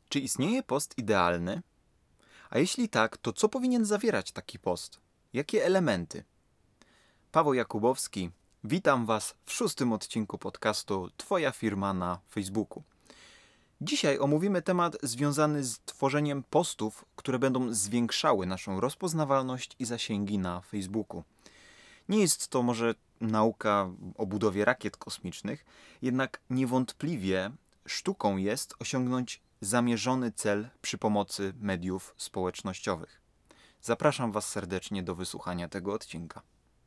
Czy istnieje post idealny? A jeśli tak, to co powinien zawierać taki post? Jakie elementy? Paweł Jakubowski, witam Was w 6. odcinku podcastu Twoja firma na Facebooku. Dzisiaj omówimy temat związany z tworzeniem postów, które będą zwiększały naszą rozpoznawalność i zasięgi na Facebooku. Nie jest to może nauka o budowie rakiet kosmicznych, jednak niewątpliwie sztuką jest osiągnąć zamierzony cel przy pomocy mediów społecznościowych. Zapraszam Was serdecznie do wysłuchania tego odcinka.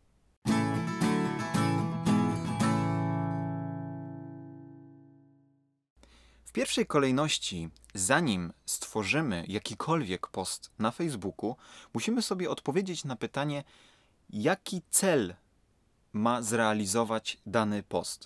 W pierwszej kolejności, zanim stworzymy jakikolwiek post na Facebooku, musimy sobie odpowiedzieć na pytanie, jaki cel ma zrealizować dany post.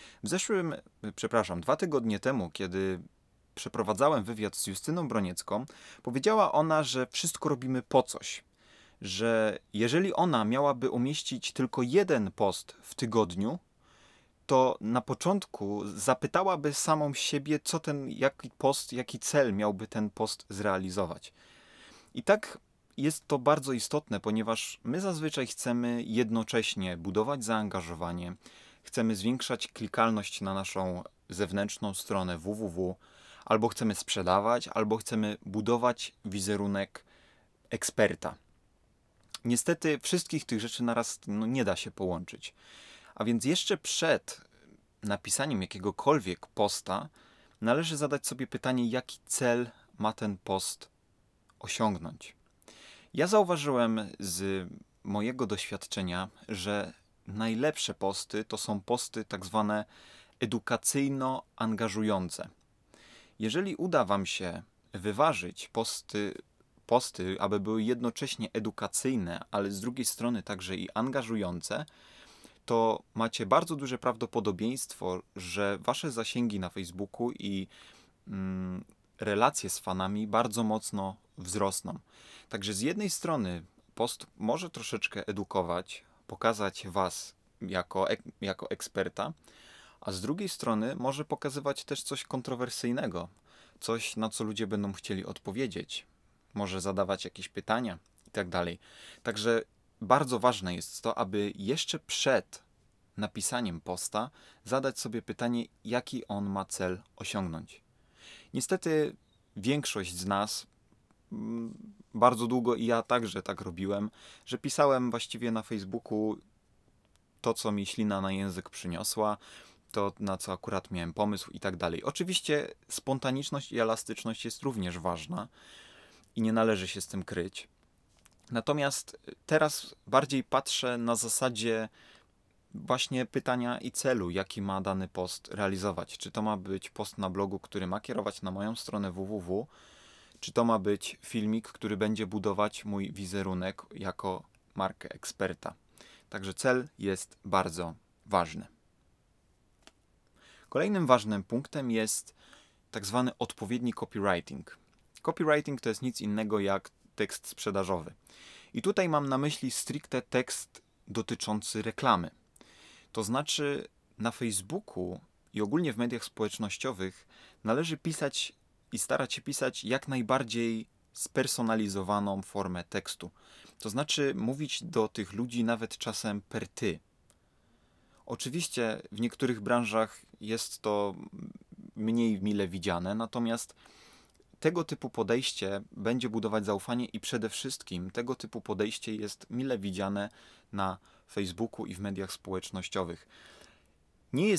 2 tygodnie temu, kiedy przeprowadzałem wywiad z Justyną Broniecką, powiedziała ona, że wszystko robimy po coś. Że jeżeli ona miałaby umieścić tylko jeden post w tygodniu, to na początku zapytałaby samą siebie, jaki post, jaki cel miałby ten post zrealizować. I tak jest to bardzo istotne, ponieważ my zazwyczaj chcemy jednocześnie budować zaangażowanie, chcemy zwiększać klikalność na naszą zewnętrzną stronę www, albo chcemy sprzedawać, albo chcemy budować wizerunek eksperta. Niestety wszystkich tych rzeczy naraz nie da się połączyć. A więc jeszcze przed napisaniem jakiegokolwiek posta należy zadać sobie pytanie, jaki cel ma ten post osiągnąć. Ja zauważyłem z mojego doświadczenia, że najlepsze posty to są posty tak zwane edukacyjno-angażujące. Jeżeli uda Wam się wyważyć posty, aby były jednocześnie edukacyjne, ale z drugiej strony także i angażujące, to macie bardzo duże prawdopodobieństwo, że Wasze zasięgi na Facebooku i relacje z fanami bardzo mocno wzrosną. Także z jednej strony post może troszeczkę edukować, pokazać Was jako eksperta, a z drugiej strony może pokazywać też coś kontrowersyjnego, coś, na co ludzie będą chcieli odpowiedzieć, może zadawać jakieś pytania itd. Także bardzo ważne jest to, aby jeszcze przed napisaniem posta zadać sobie pytanie, jaki on ma cel osiągnąć. Niestety większość z nas bardzo długo, i ja także tak robiłem, że pisałem właściwie na Facebooku to, co mi ślina na język przyniosła, to, na co akurat miałem pomysł i tak dalej. Oczywiście spontaniczność i elastyczność jest również ważna i nie należy się z tym kryć. Natomiast teraz bardziej patrzę na zasadzie właśnie pytania i celu, jaki ma dany post realizować. Czy to ma być post na blogu, który ma kierować na moją stronę www, czy to ma być filmik, który będzie budować mój wizerunek jako markę eksperta. Także cel jest bardzo ważny. Kolejnym ważnym punktem jest tak zwany odpowiedni copywriting. Copywriting to jest nic innego jak tekst sprzedażowy. I tutaj mam na myśli stricte tekst dotyczący reklamy. To znaczy na Facebooku i ogólnie w mediach społecznościowych należy pisać i starać się pisać jak najbardziej spersonalizowaną formę tekstu. To znaczy mówić do tych ludzi nawet czasem per ty. Oczywiście w niektórych branżach jest to mniej mile widziane, natomiast tego typu podejście będzie budować zaufanie i przede wszystkim tego typu podejście jest mile widziane na Facebooku i w mediach społecznościowych. Nie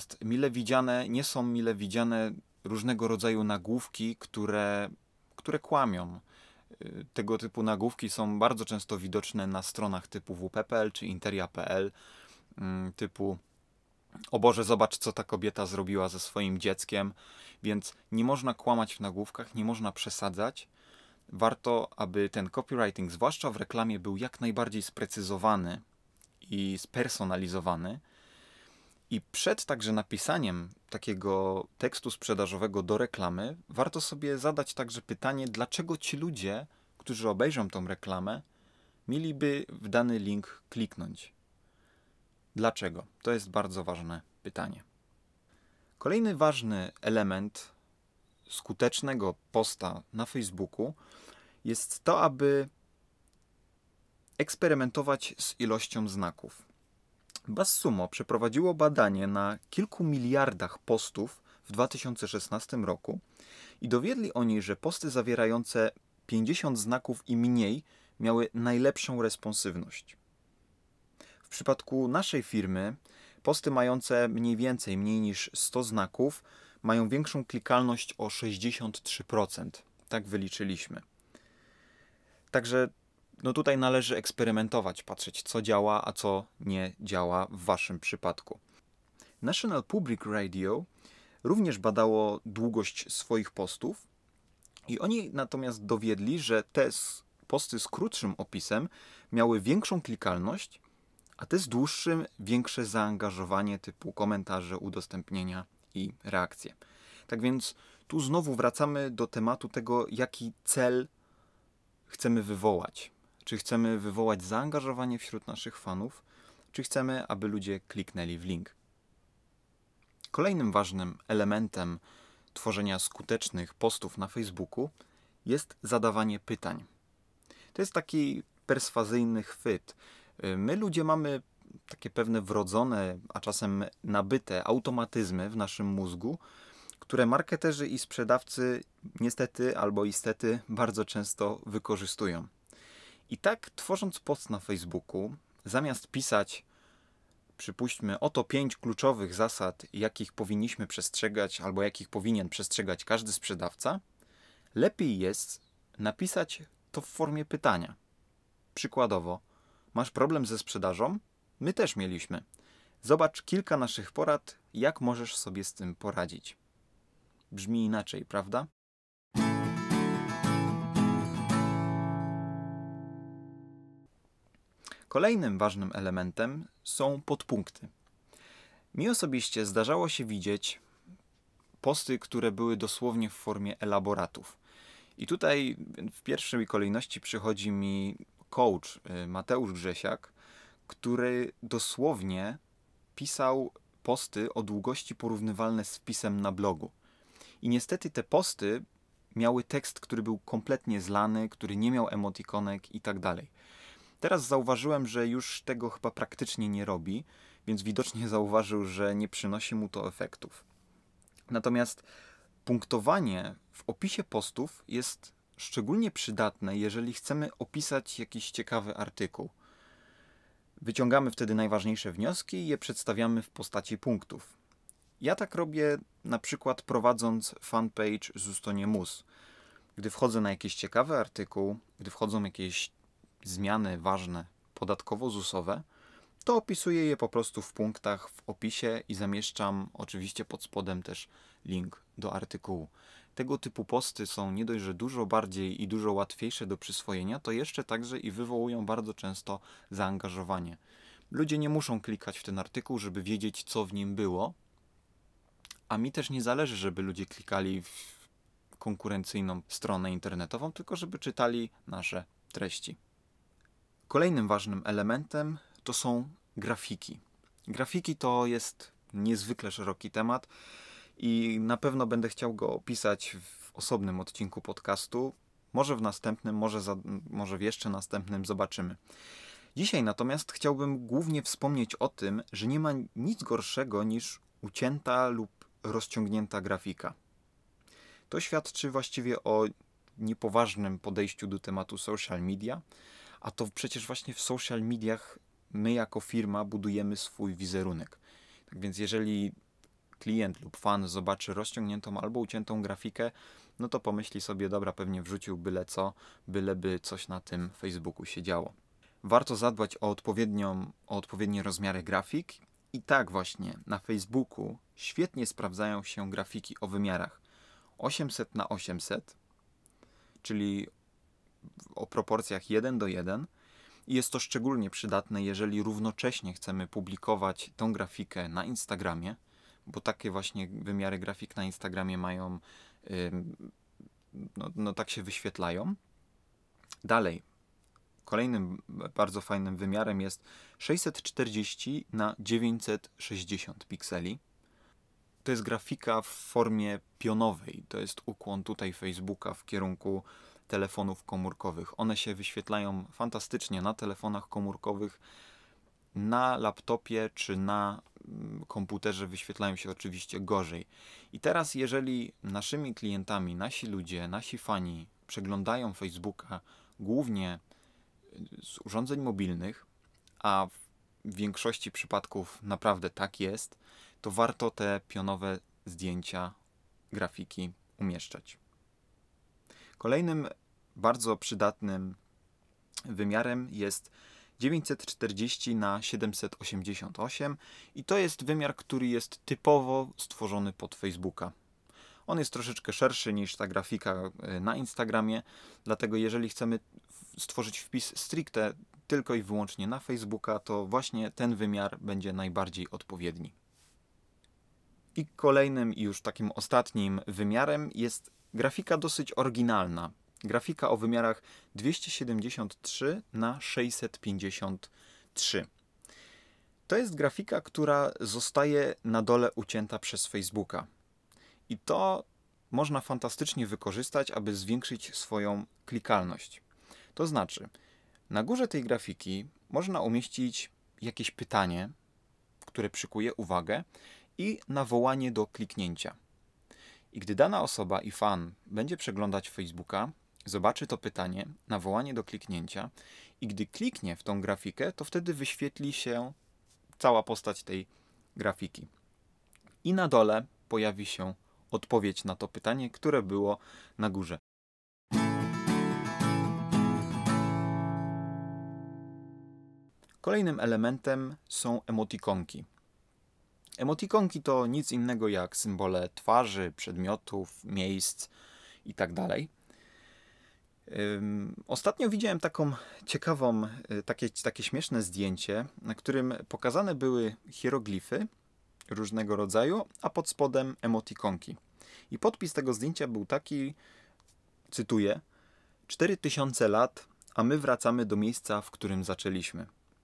są mile widziane różnego rodzaju nagłówki, które kłamią. Tego typu nagłówki są bardzo często widoczne na stronach typu wp.pl czy interia.pl, typu o Boże, zobacz, co ta kobieta zrobiła ze swoim dzieckiem, więc nie można kłamać w nagłówkach, nie można przesadzać. Warto, aby ten copywriting, zwłaszcza w reklamie, był jak najbardziej sprecyzowany i spersonalizowany. I przed także napisaniem takiego tekstu sprzedażowego do reklamy, warto sobie zadać także pytanie, dlaczego ci ludzie, którzy obejrzą tą reklamę, mieliby w dany link kliknąć. Dlaczego? To jest bardzo ważne pytanie. Kolejny ważny element skutecznego posta na Facebooku jest to, aby eksperymentować z ilością znaków. BuzzSumo przeprowadziło badanie na kilku miliardach postów w 2016 roku i dowiedli oni, że posty zawierające 50 znaków i mniej miały najlepszą responsywność. W przypadku naszej firmy posty mające mniej niż 100 znaków mają większą klikalność o 63%. Tak wyliczyliśmy. Także tutaj należy eksperymentować, patrzeć co działa, a co nie działa w waszym przypadku. National Public Radio również badało długość swoich postów i oni natomiast dowiedli, że te posty z krótszym opisem miały większą klikalność, a te z dłuższym większe zaangażowanie typu komentarze, udostępnienia i reakcje. Tak więc tu znowu wracamy do tematu tego, jaki cel chcemy wywołać. Czy chcemy wywołać zaangażowanie wśród naszych fanów, czy chcemy, aby ludzie kliknęli w link. Kolejnym ważnym elementem tworzenia skutecznych postów na Facebooku jest zadawanie pytań. To jest taki perswazyjny chwyt. My ludzie mamy takie pewne wrodzone, a czasem nabyte automatyzmy w naszym mózgu, które marketerzy i sprzedawcy niestety albo istety bardzo często wykorzystują. I tak tworząc post na Facebooku, zamiast pisać, przypuśćmy, oto 5 kluczowych zasad, jakich powinniśmy przestrzegać albo jakich powinien przestrzegać każdy sprzedawca, lepiej jest napisać to w formie pytania. Przykładowo, masz problem ze sprzedażą? My też mieliśmy. Zobacz kilka naszych porad, jak możesz sobie z tym poradzić. Brzmi inaczej, prawda? Kolejnym ważnym elementem są podpunkty. Mi osobiście zdarzało się widzieć posty, które były dosłownie w formie elaboratów. I tutaj w pierwszej kolejności przychodzi mi coach Mateusz Grzesiak, który dosłownie pisał posty o długości porównywalne z wpisem na blogu. I niestety te posty miały tekst, który był kompletnie zlany, który nie miał emotikonek i tak dalej. Teraz zauważyłem, że już tego chyba praktycznie nie robi, więc widocznie zauważył, że nie przynosi mu to efektów. Natomiast punktowanie w opisie postów jest szczególnie przydatne, jeżeli chcemy opisać jakiś ciekawy artykuł. Wyciągamy wtedy najważniejsze wnioski i je przedstawiamy w postaci punktów. Ja tak robię na przykład prowadząc fanpage Zustonie Mus. Gdy wchodzę na jakiś ciekawy artykuł, gdy wchodzą jakieś zmiany ważne podatkowo-ZUS-owe, to opisuję je po prostu w punktach w opisie i zamieszczam oczywiście pod spodem też link do artykułu. Tego typu posty są nie dość, że dużo bardziej i dużo łatwiejsze do przyswojenia, to jeszcze także i wywołują bardzo często zaangażowanie. Ludzie nie muszą klikać w ten artykuł, żeby wiedzieć, co w nim było, a mi też nie zależy, żeby ludzie klikali w konkurencyjną stronę internetową, tylko żeby czytali nasze treści. Kolejnym ważnym elementem to są grafiki. Grafiki to jest niezwykle szeroki temat i na pewno będę chciał go opisać w osobnym odcinku podcastu. Może w następnym, może w jeszcze następnym, zobaczymy. Dzisiaj natomiast chciałbym głównie wspomnieć o tym, że nie ma nic gorszego niż ucięta lub rozciągnięta grafika. To świadczy właściwie o niepoważnym podejściu do tematu social media, a to przecież właśnie w social mediach my jako firma budujemy swój wizerunek. Tak więc jeżeli klient lub fan zobaczy rozciągniętą albo uciętą grafikę, no to pomyśli sobie, dobra, pewnie wrzucił byle co, byleby coś na tym Facebooku się działo. Warto zadbać o odpowiednie rozmiary grafik i tak właśnie na Facebooku świetnie sprawdzają się grafiki o wymiarach 800 na 800, czyli o proporcjach 1:1 i jest to szczególnie przydatne, jeżeli równocześnie chcemy publikować tą grafikę na Instagramie, bo takie właśnie wymiary grafik na Instagramie mają, tak się wyświetlają. Dalej, kolejnym bardzo fajnym wymiarem jest 640 na 960 pikseli. to jest grafika w formie pionowej. To jest ukłon tutaj Facebooka w kierunku telefonów komórkowych. One się wyświetlają fantastycznie na telefonach komórkowych, na laptopie czy na komputerze wyświetlają się oczywiście gorzej. I teraz jeżeli naszymi klientami, nasi ludzie, nasi fani przeglądają Facebooka głównie z urządzeń mobilnych, a w większości przypadków naprawdę tak jest, to warto te pionowe zdjęcia, grafiki umieszczać. Kolejnym bardzo przydatnym wymiarem jest 940 na 788 i to jest wymiar, który jest typowo stworzony pod Facebooka. On jest troszeczkę szerszy niż ta grafika na Instagramie, dlatego jeżeli chcemy stworzyć wpis stricte tylko i wyłącznie na Facebooka, to właśnie ten wymiar będzie najbardziej odpowiedni. I kolejnym i już takim ostatnim wymiarem jest grafika dosyć oryginalna. Grafika o wymiarach 273 na 653. To jest grafika, która zostaje na dole ucięta przez Facebooka. I to można fantastycznie wykorzystać, aby zwiększyć swoją klikalność. To znaczy, na górze tej grafiki można umieścić jakieś pytanie, które przykuje uwagę i nawołanie do kliknięcia. I gdy dana osoba i fan będzie przeglądać Facebooka, zobaczy to pytanie, nawołanie do kliknięcia i gdy kliknie w tą grafikę, to wtedy wyświetli się cała postać tej grafiki. I na dole pojawi się odpowiedź na to pytanie, które było na górze. Kolejnym elementem są emotikonki. Emotikonki to nic innego jak symbole twarzy, przedmiotów, miejsc itd. Ostatnio widziałem taką ciekawą, takie śmieszne zdjęcie, na którym pokazane były hieroglify różnego rodzaju, a pod spodem emotikonki. I podpis tego zdjęcia był taki, cytuję: 4000 lat, a my wracamy do miejsca, w którym zaczęliśmy.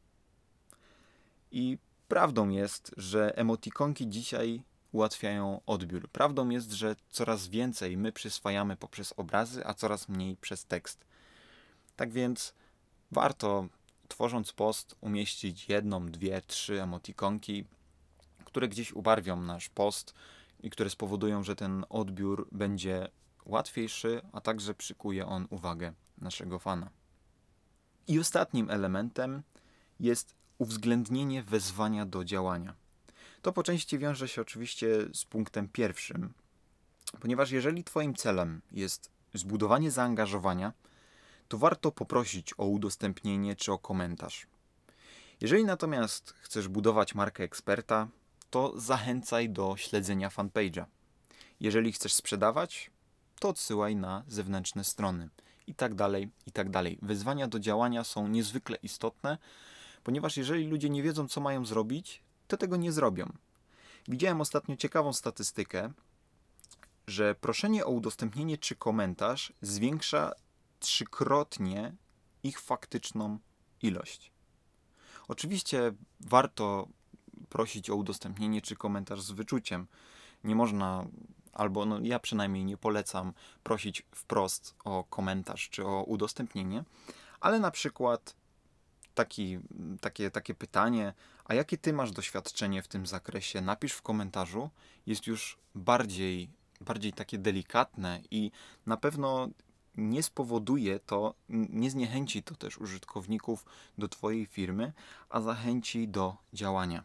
I prawdą jest, że emotikonki dzisiaj ułatwiają odbiór. Prawdą jest, że coraz więcej my przyswajamy poprzez obrazy, a coraz mniej przez tekst. Tak więc warto, tworząc post, umieścić 1, 2, 3 emotikonki, które gdzieś ubarwią nasz post i które spowodują, że ten odbiór będzie łatwiejszy, a także przykuje on uwagę naszego fana. I ostatnim elementem jest uwzględnienie wezwania do działania. To po części wiąże się oczywiście z punktem pierwszym, ponieważ jeżeli Twoim celem jest zbudowanie zaangażowania, to warto poprosić o udostępnienie czy o komentarz. Jeżeli natomiast chcesz budować markę eksperta, to zachęcaj do śledzenia fanpage'a. Jeżeli chcesz sprzedawać, to odsyłaj na zewnętrzne strony i tak dalej, i tak dalej. Wezwania do działania są niezwykle istotne, ponieważ jeżeli ludzie nie wiedzą, co mają zrobić, to tego nie zrobią. Widziałem ostatnio ciekawą statystykę, że proszenie o udostępnienie czy komentarz zwiększa 3-krotnie ich faktyczną ilość. Oczywiście warto prosić o udostępnienie czy komentarz z wyczuciem. Nie można, albo ja przynajmniej nie polecam prosić wprost o komentarz czy o udostępnienie, ale na przykład takie pytanie, a jakie ty masz doświadczenie w tym zakresie, napisz w komentarzu, jest już bardziej takie delikatne i na pewno nie spowoduje to, nie zniechęci to też użytkowników do twojej firmy, a zachęci do działania.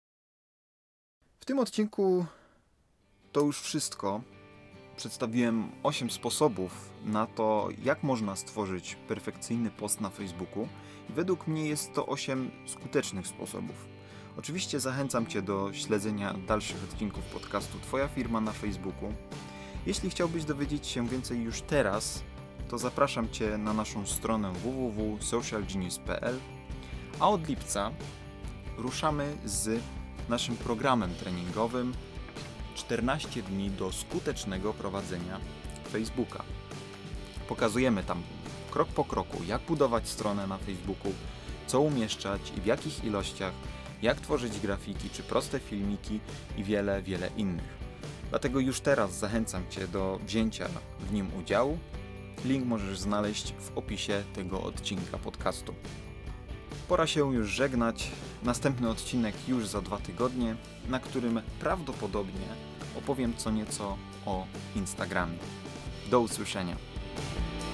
W tym odcinku to już wszystko. Przedstawiłem 8 sposobów na to, jak można stworzyć perfekcyjny post na Facebooku. Według mnie jest to 8 skutecznych sposobów. Oczywiście zachęcam Cię do śledzenia dalszych odcinków podcastu Twoja firma na Facebooku. Jeśli chciałbyś dowiedzieć się więcej już teraz, to zapraszam Cię na naszą stronę www.socialgenius.pl, a od lipca ruszamy z naszym programem treningowym 14 dni do skutecznego prowadzenia Facebooka. Pokazujemy tam krok po kroku, jak budować stronę na Facebooku, co umieszczać i w jakich ilościach, jak tworzyć grafiki czy proste filmiki i wiele, wiele innych. Dlatego już teraz zachęcam Cię do wzięcia w nim udziału. Link możesz znaleźć w opisie tego odcinka podcastu. Pora się już żegnać. Następny odcinek już za 2 tygodnie, na którym prawdopodobnie opowiem co nieco o Instagramie. Do usłyszenia.